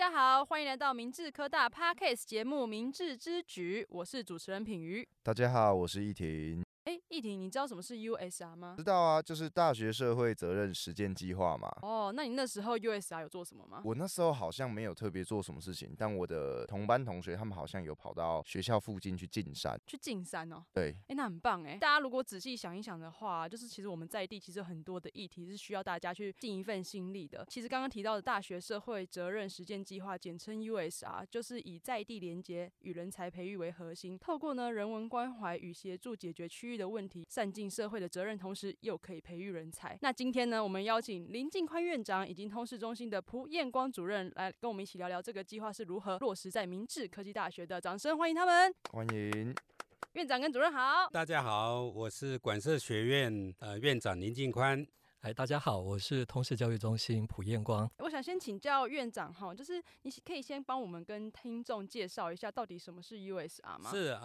家好，欢迎来到明志科大 Podcast 节目《明志之举》，我是主持人品瑜。 大家好，我是易婷。 易婷，你知道什么是 USR 吗？ 知道啊，就是大学社会责任实践计划嘛。 哦，那你那时候 USR 有做什么吗？ 我那时候好像没有特别做什么事情，但我的同班同学他们好像有跑到学校附近去进山。 去进山哦。 对， 那很棒哎。大家如果仔细想一想的话，就是其实我们在地其实有很多的议题是需要大家去尽一份心力的。其实刚刚提到的大学社会责任实践计划，简称 USR， 就是以在地连结与人才培育为核心，透过人文关怀与协助解决区域的问题，善尽社会的责任，同时又可以培育人才。那今天呢，我们邀请林进宽院长以及通识中心的蒲彦光主任来跟我们一起聊聊这个计划是如何落实在明志科技大学的。掌声欢迎他们！ 欢迎院长跟主任好。 大家好，我是管社学院院长林进宽。 大家好，我是通识教育中心蒲彦光。 我想先请教院长哈，就是你可以先帮我们跟听众介绍一下到底什么是 USR 吗？ 是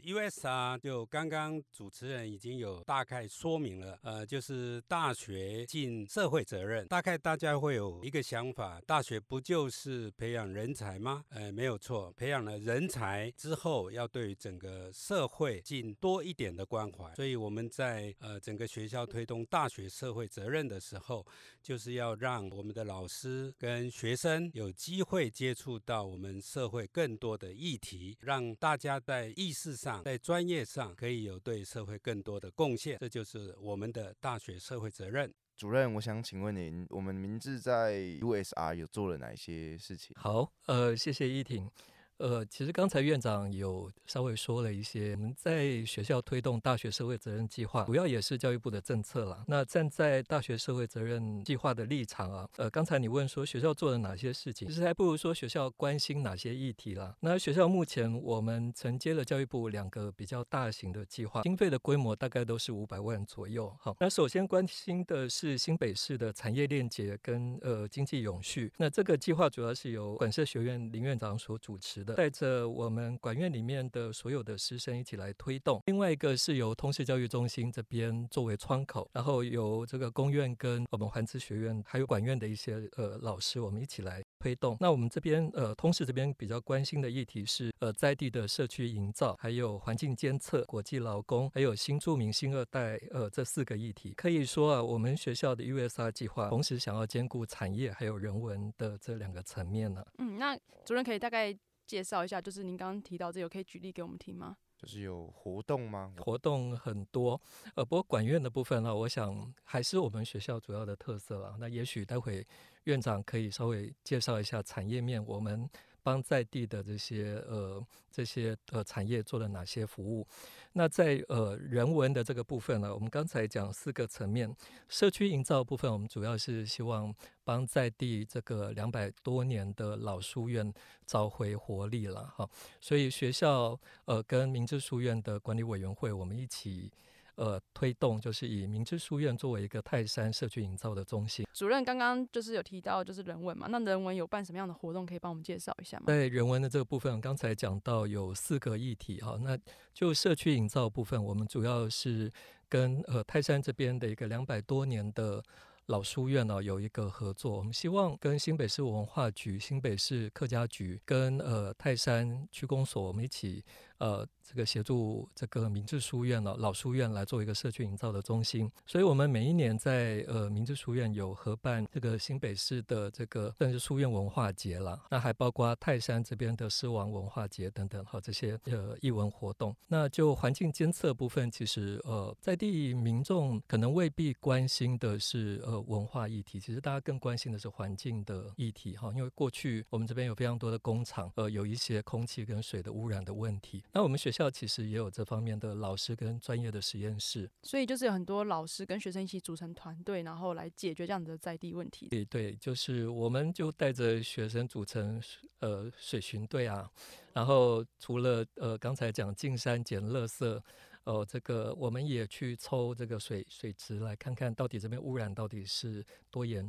USR 就刚刚主持人已经有大概说明了，就是大学尽社会责任。大概大家会有一个想法，大学不就是培养人才吗？没有错，培养了人才之后，要对整个社会尽多一点的关怀。所以我们在整个学校推动大学社会责任的时候，就是要让我们的老师跟学生有机会接触到我们社会更多的议题，让大家在意识上在专业上可以有对社会更多的贡献，这就是我们的大学社会责任。 主任，我想请问您，我们明志在 USR 有做了哪些事情？ 好，谢谢依婷。其实刚才院长有稍微说了一些，我们在学校推动大学社会责任计划，主要也是教育部的政策啦。那站在大学社会责任计划的立场啊，刚才你问说学校做了哪些事情，其实还不如说学校关心哪些议题啦。那学校目前我们承接了教育部2个比较大型的计划，经费的规模大概都是500万左右。好，那首先关心的是新北市的产业链结跟经济永续。那这个计划主要是由管社学院林院长所主持的，带着我们管院里面的所有的师生一起来推动。另外一个是由通识教育中心这边作为窗口，然后由这个工院跟我们环资学院还有管院的一些老师，我们一起来推动。那我们这边通识这边比较关心的议题是在地的社区营造，还有环境监测、国际劳工，还有新住民、新二代这4个议题。可以说啊，我们学校的 USR 计划同时想要兼顾产业还有人文的这2个层面呢。 那主任可以大概介绍一下，就是您刚刚提到这个，可以举例给我们听吗？ 就是有活动吗？ 活动很多，不过管院的部分呢，我想还是我们学校主要的特色啦。那也许待会院长可以稍微介绍一下产业面，我们帮在地的这些产业做了哪些服务。那在人文的这个部分呢，我们刚才讲4个层面，社区营造部分，我们主要是希望帮在地这个200多年的老书院找回活力了哈。所以学校跟明志书院的管理委员会，我们一起推动，就是以明志书院作为一个泰山社区营造的中心。 主任刚刚就是有提到就是人文嘛，那人文有办什么样的活动可以帮我们介绍一下吗？ 在人文的这个部分，刚才讲到有4个议题哈，那就社区营造部分，我们主要是跟泰山这边的一个200多年的老书院有一个合作，我们希望跟新北市文化局、新北市客家局跟泰山区公所，我们一起这个协助这个明志书院老书院来做一个社区营造的中心。所以我们每一年在明志书院有合办这个新北市的这个算是书院文化节啦，那还包括泰山这边的狮王文化节等等这些艺文活动。那就环境监测部分，其实在地民众可能未必关心的是文化议题，其实大家更关心的是环境的议题哈，因为过去我们这边有非常多的工厂，有一些空气跟水的污染的问题。那我们学校其实也有这方面的老师跟专业的实验室， 所以就是有很多老师跟学生一起组成团队，然后来解决这样的在地问题。 对，就是我们就带着学生组成水巡队啊，然后除了刚才讲进山捡垃圾，这个我们也去抽这个水质来看看到底这边污染到底是多严重。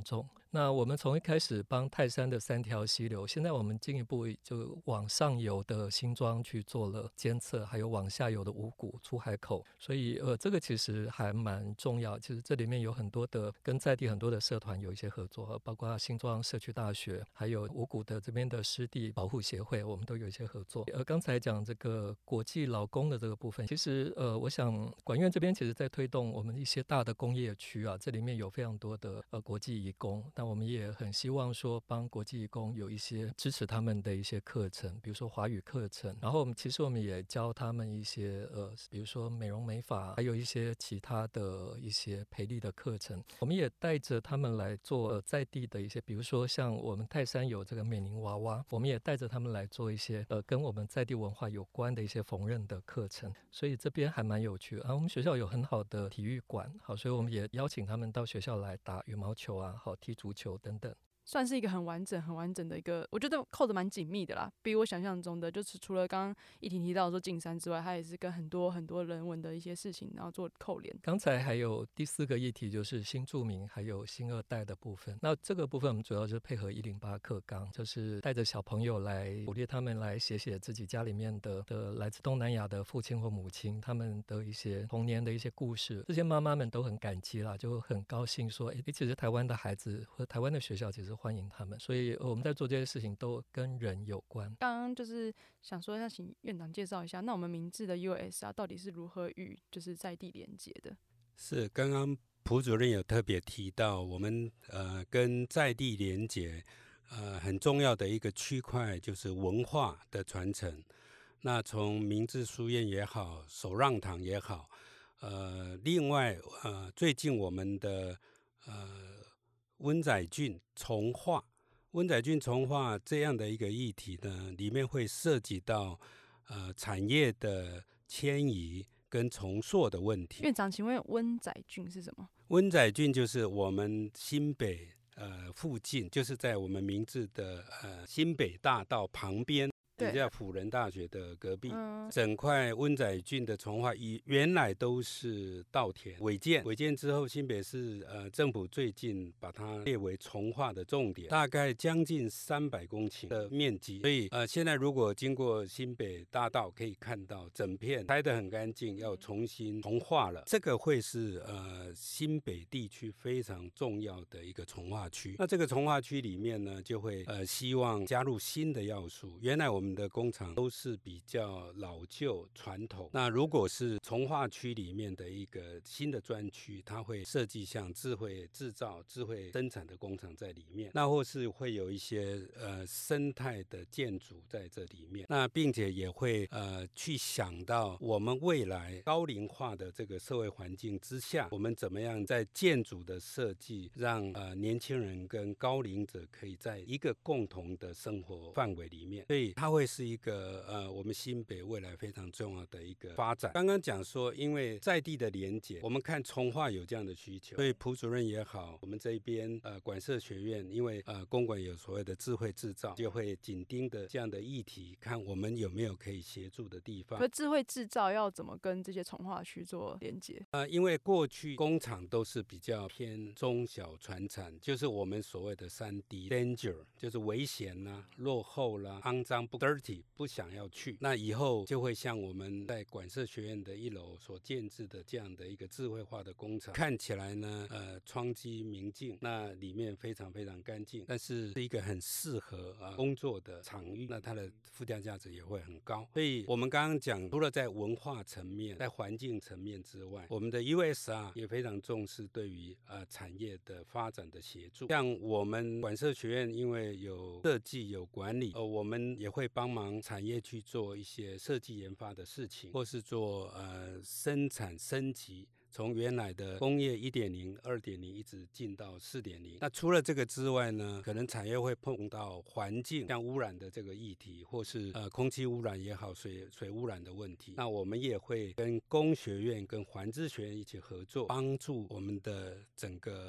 那我们从一开始帮泰山的3条溪流，现在我们进一步就往上游的新庄去做了监测，还有往下游的五股出海口，所以这个其实还蛮重要。其实这里面有很多的跟在地很多的社团有一些合作，包括新庄社区大学，还有五股的这边的湿地保护协会，我们都有一些合作。刚才讲这个国际劳工的这个部分，其实我想管院这边其实在推动我们一些大的工业区啊，这里面有非常多的国际移工，那我们也很希望说帮国际移工有一些支持他们的一些课程，比如说华语课程，然后其实我们也教他们一些比如说美容美发，还有一些其他的一些培力的课程，我们也带着他们来做在地的一些，比如说像我们泰山有这个美龄娃娃，我们也带着他们来做一些跟我们在地文化有关的一些缝纫的课程，所以这边还蛮有趣我们学校有很好的体育馆，好，所以我们也邀请他们到学校来打羽毛球啊，好，踢足球等等。 算是一个很完整的一个，我觉得扣得蛮紧密的啦，比我想象中的，就是除了刚刚一婷提到说进山之外，它也是跟很多人文的一些事情然后做扣连。 刚才还有第4个议题，就是新住民还有新2代的部分。那这个部分我们主要就是配合108课纲，就是带着小朋友来鼓励他们来写自己家里面的来自东南亚的父亲或母亲他们的一些童年的一些故事，这些妈妈们都很感激啦，就很高兴说其实台湾的孩子和台湾的学校其实欢迎他们，所以我们在做这些事情都跟人有关。 刚刚就是想说要请院长介绍一下，那我们明志的 USR 到底是如何与就是在地连接的？ 是刚刚蒲主任有特别提到，我们跟在地连结很重要的一个区块就是文化的传承。那从明志书院也好，手让堂也好，另外最近我们的温仔郡重化这样的一个议题呢，里面会涉及到产业的迁移跟重塑的问题。 院长，请问温仔郡是什么？ 温仔郡就是我们新北附近，就是在我们明志的新北大道旁边，也叫辅仁大学的隔壁。整块温仔郡的重化原来都是稻田违建之后，新北市政府最近把它列为重化的重点，大概将近300公顷的面积。所以现在如果经过新北大道，可以看到整片拆得很干净，要重新重化了。这个会是新北地区非常重要的一个重化区。那这个重化区里面呢，就会希望加入新的要素。原来我们的工厂都是比较老旧传统，那如果是重化区里面的一个新的专区，它会设计像智慧制造、智慧生产的工厂在里面，那或是会有一些生态的建筑在这里面，那并且也会去想到我们未来高龄化的这个社会环境之下，我们怎么样在建筑的设计让年轻人跟高龄者可以在一个共同的生活范围里面，所以它会是一个我们新北未来非常重要的一个发展。刚刚讲说，因为在地的连结，我们看重化有这样的需求，所以蒲主任也好，我们这边管社学院，因为公管有所谓的智慧制造，就会紧盯的这样的议题，看我们有没有可以协助的地方。 可智慧制造要怎么跟这些重化区做连接？ 因为过去工厂都是比较偏中小传产，就是我们所谓的3D danger， 就是危险啦、落后啦、肮脏不 dirty， 不想要去。那以后就会像我们在管社学院的1楼所建制的这样的一个智慧化的工厂，看起来呢窗机明净，那里面非常非常干净，但是是一个很适合工作的场域，那它的附加价值也会很高。所以我们刚刚讲，除了在文化层面、在环境层面之外，我们的 USR 也非常重视对于产业的发展的协助。像我们管社学院因为有设计有管理，我们也会帮忙产业去做一些设计研发的事情，或是做生产升级，从原来的工业 1.0、2.0 一直进到 4.0。 那除了这个之外呢，可能产业会碰到环境像污染的这个议题，或是空气污染也好，水污染的问题，那我们也会跟工学院跟环资学院一起合作，帮助我们的整个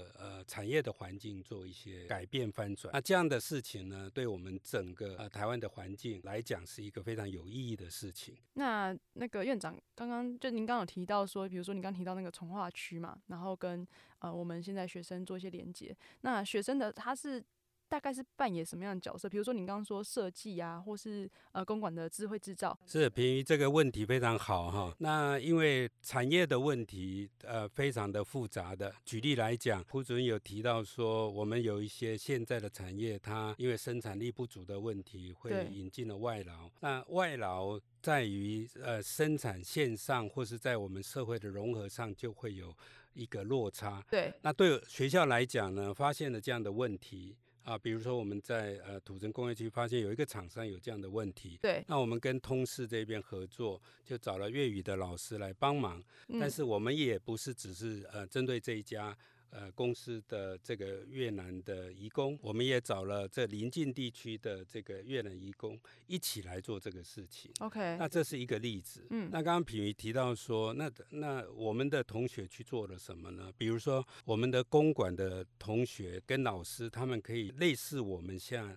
产业的环境做一些改变翻转。那这样的事情呢，对我们整个台湾的环境来讲是一个非常有意义的事情。 那个院长您刚刚有提到说，比如说你刚提到那个从化区嘛，然后跟我们现在学生做一些连结。那学生的他是大概是扮演什么样的角色？比如说你刚刚说设计啊，或是公馆的智慧制造。 是，平瑜这个问题非常好哈。那因为产业的问题非常的复杂的。举例来讲，胡主任有提到说，我们有一些现在的产业，它因为生产力不足的问题，会引进了外劳。那外劳在于生产线上或是在我们社会的融合上就会有一个落差。 对， 那对学校来讲呢，发现了这样的问题。比如说我们在土城工业区发现有一个厂商有这样的问题， 对， 那我们跟通识这边合作，就找了粤语的老师来帮忙。但是我们也不是只是针对这一家公司的这个越南的移工，我们也找了这邻近地区的这个越南移工一起来做这个事情。 OK， 那这是一个例子。那刚刚品瑜提到说，那我们的同学去做了什么呢？比如说我们的公馆的同学跟老师，他们可以类似我们像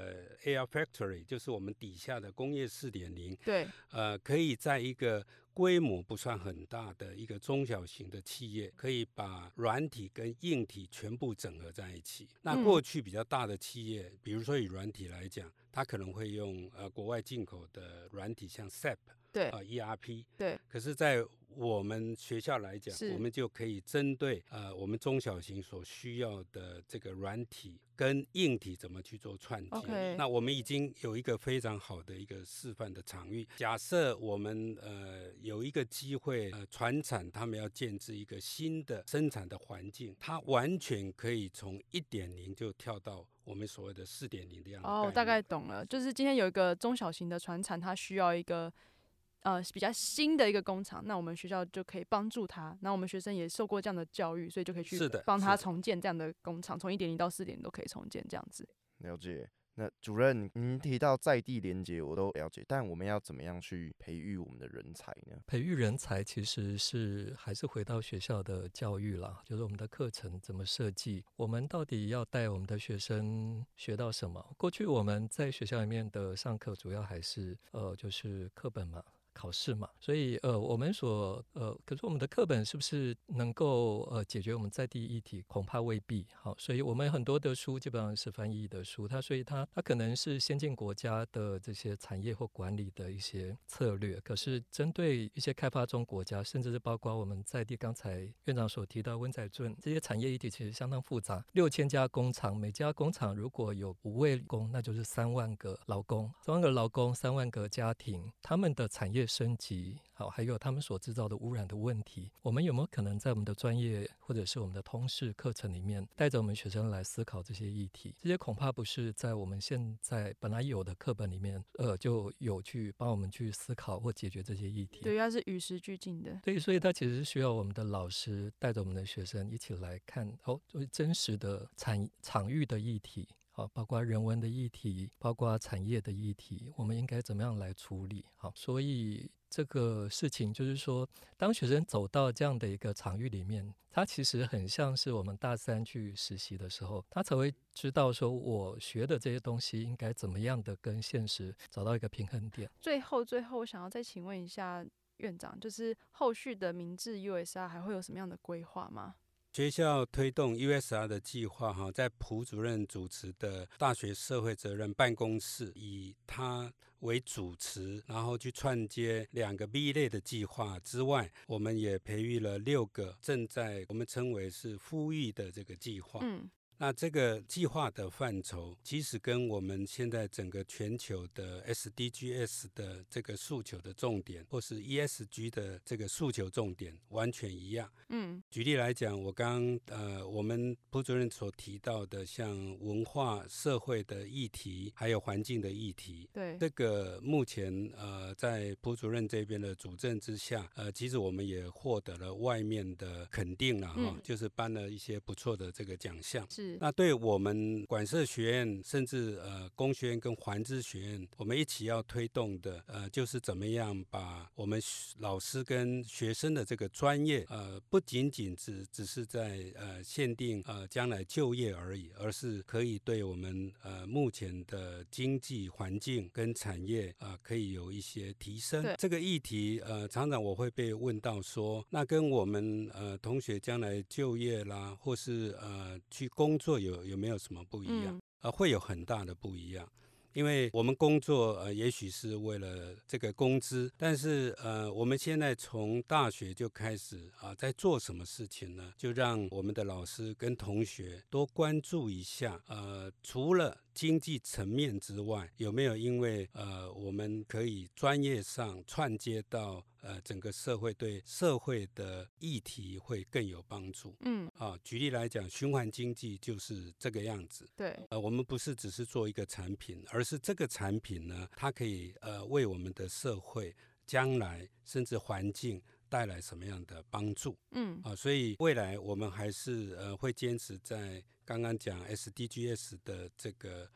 AR Factory， 就是我们底下的工业4.0， 对， 可以在一个规模不算很大的一个中小型的企业，可以把软体跟硬体全部整合在一起。那过去比较大的企业，比如说以软体来讲，它可能会用国外进口的软体，像 SAP， 对 ERP， 对。 可是在我们学校来讲，我们就可以针对我们中小型所需要的这个软体跟硬体怎么去做串接。 Okay. 那我们已经有一个非常好的一个示范的场域。假设我们有一个机会，传产他们要建制一个新的生产的环境，它完全可以从 1.0 就跳到我们所谓的 4.0 的样子。 我大概懂了，就是今天有一个中小型的传产，它需要一个比较新的一个工厂，那我们学校就可以帮助他，然后我们学生也受过这样的教育，所以就可以去帮他重建这样的工厂，从 1.0 到 4.0 都可以重建这样子。 了解。那主任，您提到在地连结，我都了解，但我们要怎么样去培育我们的人才呢？ 培育人才其实还是回到学校的教育啦，就是我们的课程怎么设计，我们到底要带我们的学生学到什么？过去我们在学校里面的上课主要还是就是课本嘛。考试嘛，所以我们可是我们的课本是不是能够解决我们在地议题？恐怕未必。好，所以我们很多的书基本上是翻译的书，所以它可能是先进国家的这些产业或管理的一些策略，可是针对一些开发中国家，甚至是包括我们在地，刚才院长所提到温仔圳这些产业议题其实相当复杂，6000家工厂，每家工厂如果有5位工，那就是3万个劳工，3万个劳工，3万个家庭，他们的产业升级，好，还有他们所制造的污染的问题，我们有没有可能在我们的专业或者是我们的通识课程里面，带着我们学生来思考这些议题？这些恐怕不是在我们现在本来有的课本里面，就有去帮我们去思考或解决这些议题。 对，它是与时俱进的。 对，所以它其实是需要我们的老师带着我们的学生一起来看，就是真实的场域的议题。好，包括人文的议题，包括产业的议题，我们应该怎么样来处理？好，所以这个事情就是说，当学生走到这样的一个场域里面，他其实很像是我们大3去实习的时候，他才会知道说我学的这些东西应该怎么样的跟现实找到一个平衡点。 最后，我想要再请问一下院长，就是后续的明志 USR 还会有什么样的规划吗？ 学校推动 USR 的计划，在蒲主任主持的大学社会责任办公室，以他为主持，然后去串接2个 B 类的计划之外，我们也培育了6个正在我们称为是呼吁的这个计划。那这个计划的范畴，其实跟我们现在整个全球的 SDGs 的这个诉求的重点，或是 ESG 的这个诉求重点完全一样。举例来讲，我们蒲主任所提到的，像文化社会的议题，还有环境的议题， 对， 这个目前在蒲主任这边的主政之下，其实我们也获得了外面的肯定了，就是颁了一些不错的这个奖项。 是是。 那对我们管社学院，甚至工学院跟环资学院，我们一起要推动的，就是怎么样把我们老师跟学生的这个专业，不仅仅只是在限定将来就业而已，而是可以对我们目前的经济环境跟产业可以有一些提升。这个议题常常我会被问到说，那跟我们同学将来就业啦，或是去工作有没有什么不一样？会有很大的不一样。因为我们工作也许是为了这个工资，但是我们现在从大学就开始在做什么事情呢？就让我们的老师跟同学多关注一下，除了经济层面之外，有没有因为我们可以专业上串接到整个社会，对社会的议题会更有帮助。举例来讲，循环经济就是这个样子。 对， 我们不是只是做一个产品，而是这个产品呢，它可以为我们的社会将来甚至环境带来什么样的帮助。所以未来我们还是会坚持在刚刚讲 SDGs 的这个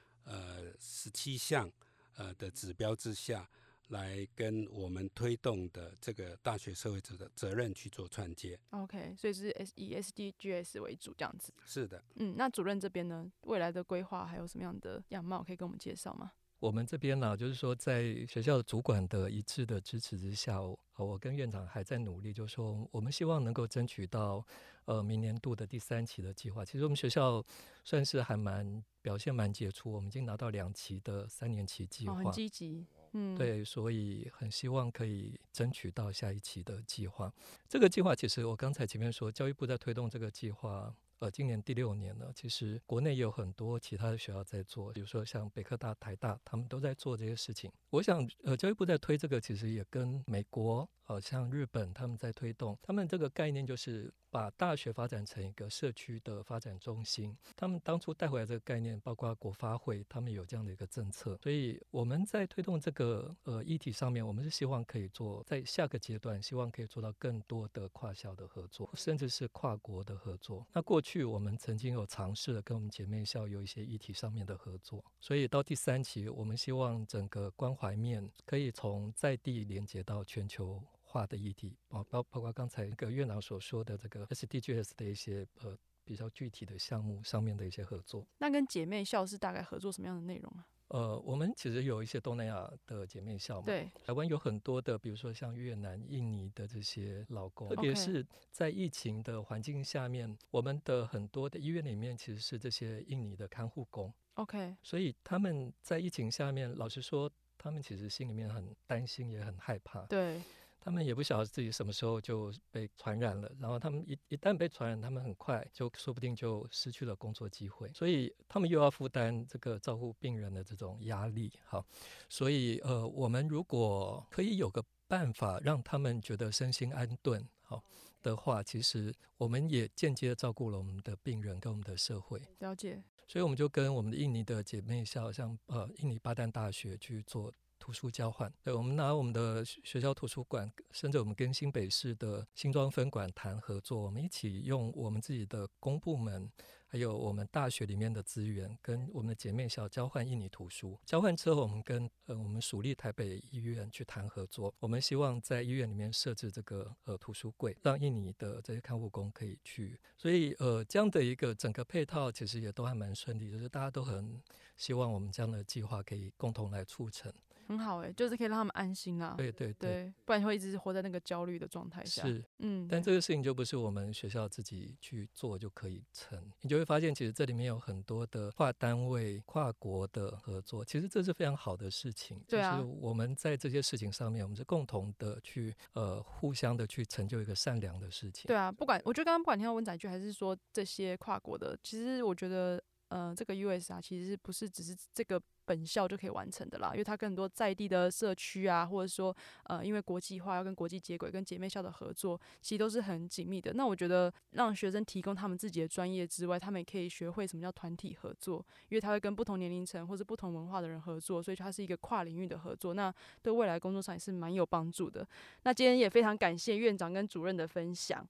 17项的指标之下，来跟我们推动的这个大学社会责任去做串接。 OK， 所以是以 SDGs 为主这样子。 是的。 那主任这边呢，未来的规划还有什么样的样貌可以跟我们介绍吗？ 我们这边呢，就是说在学校的主管的一致的支持之下，我跟院长还在努力，就是说我们希望能够争取到明年度的第3期的计划。其实我们学校算是还表现蛮杰出，我们已经拿到2期的3年期计划， 很积极。 对，所以很希望可以争取到下一期的计划。这个计划其实我刚才前面说，教育部在推动这个计划。今年第6年了，其实国内也有很多其他的学校在做，比如说像北科大、台大，他们都在做这些事情。我想，教育部在推这个，其实也跟美国，像日本他们在推动，他们这个概念就是把大学发展成一个社区的发展中心。他们当初带回来这个概念，包括国发会，他们有这样的一个政策。所以我们在推动这个议题上面，我们是希望可以做在下个阶段，希望可以做到更多的跨校的合作，甚至是跨国的合作。那过去我们曾经有尝试了跟我们姐妹校有一些议题上面的合作，所以到第3期，我们希望整个关怀面可以从在地连接到全球化的议题，包括刚才那个院长所说的这个 SDGs 的一些比较具体的项目上面的一些合作。 那跟姐妹校是大概合作什么样的内容啊？ 我们其实有一些东南亚的姐妹校嘛， 对， 台湾有很多的，比如说像越南、印尼的这些劳工，特别是在疫情的环境下面，我们的很多的医院里面其实是这些印尼的看护工。 OK， 所以他们在疫情下面，老实说，他们其实心里面很担心，也很害怕。 对。 他们也不晓得自己什么时候就被传染了，然后他们一旦被传染，他们很快就说不定就失去了工作机会，所以他们又要负担这个照顾病人的这种压力。好，所以我们如果可以有个办法让他们觉得身心安顿好的话，其实我们也间接照顾了我们的病人跟我们的社会。 了解。 所以我们就跟我们的印尼的姐妹校，像印尼巴旦大学去做图书交换。对，我们拿我们的学校图书馆，甚至我们跟新北市的新庄分馆谈合作，我们一起用我们自己的公部门还有我们大学里面的资源，跟我们的姐妹校交换印尼图书。交换之后，我们跟我们属立台北医院去谈合作，我们希望在医院里面设置这个图书柜，让印尼的这些看护工可以去。所以这样的一个整个配套其实也都还蛮顺利，就是大家都很希望我们这样的计划可以共同来促成。 很好就是可以让他们安心啦。 对对 对， 不然会一直活在那个焦虑的状态下。 是，但这个事情就不是我们学校自己去做就可以成，你就会发现其实这里面有很多的跨单位、跨国的合作，其实这是非常好的事情。 对啊， 就是我们在这些事情上面，我们是共同的去互相的去成就一个善良的事情。 对啊，我觉得刚刚不管听到温仔句还是说这些跨国的，其实我觉得这个 US 其实不是只是这个本校就可以完成的啦，因为它更多在地的社区或者说因为国际化要跟国际接轨，跟姐妹校的合作，其实都是很紧密的。那我觉得让学生提供他们自己的专业之外，他们也可以学会什么叫团体合作，因为他会跟不同年龄层或是不同文化的人合作，所以它是一个跨领域的合作，那对未来工作上也是蛮有帮助的。那今天也非常感谢院长跟主任的分享。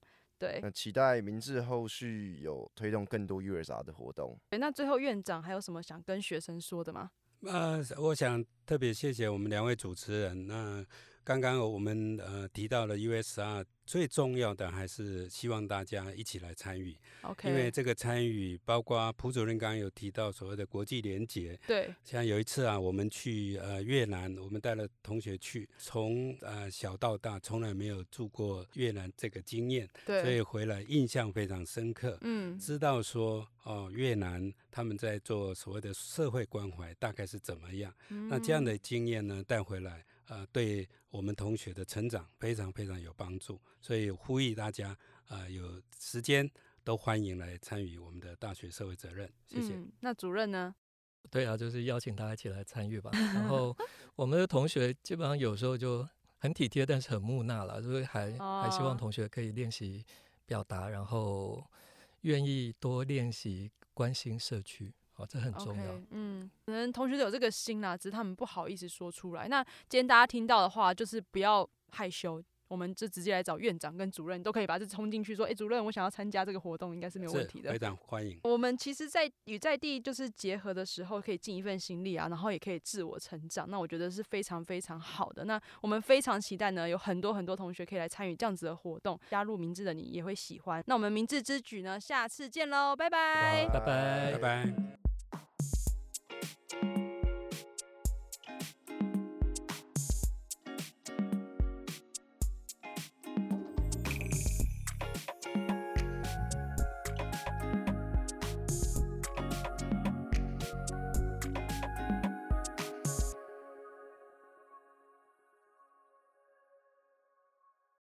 对， 那期待明志后续有推动更多 USR 的活动。 那最后院长还有什么想跟学生说的吗？ 我想特别谢谢我们2位主持人。那刚刚我们提到了 USR， 最重要的还是希望大家一起来参与。 OK， 因为这个参与包括蒲主任刚刚有提到所谓的国际联结。 对， 像有一次啊，我们去越南，我们带了同学去，从小到大从来没有住过越南这个经验， 对， 所以回来印象非常深刻。知道说越南他们在做所谓的社会关怀大概是怎么样。那这样的经验呢带回来，对我们同学的成长非常非常有帮助。所以呼吁大家有时间都欢迎来参与我们的大学社会责任。谢谢。 那主任呢？ 对啊，就是邀请大家一起来参与吧。然后我们的同学基本上有时候就很体贴，但是很木讷啦，就是还希望同学可以练习表达，然后愿意多练习关心社区。这很重要。 可能同学有这个心啦，只是他们不好意思说出来。那今天大家听到的话，就是不要害羞，我们就直接来找院长跟主任，都可以把这冲进去说，主任，我想要参加这个活动，应该是没有问题的， 非常欢迎。 我们其实在与在地就是结合的时候，可以尽一份心力啊，然后也可以自我成长，那我觉得是非常非常好的。那我们非常期待呢，有很多很多同学可以来参与这样子的活动，加入明志的你也会喜欢。那我们明志之举呢，下次见喽，拜拜， 拜拜， 拜拜。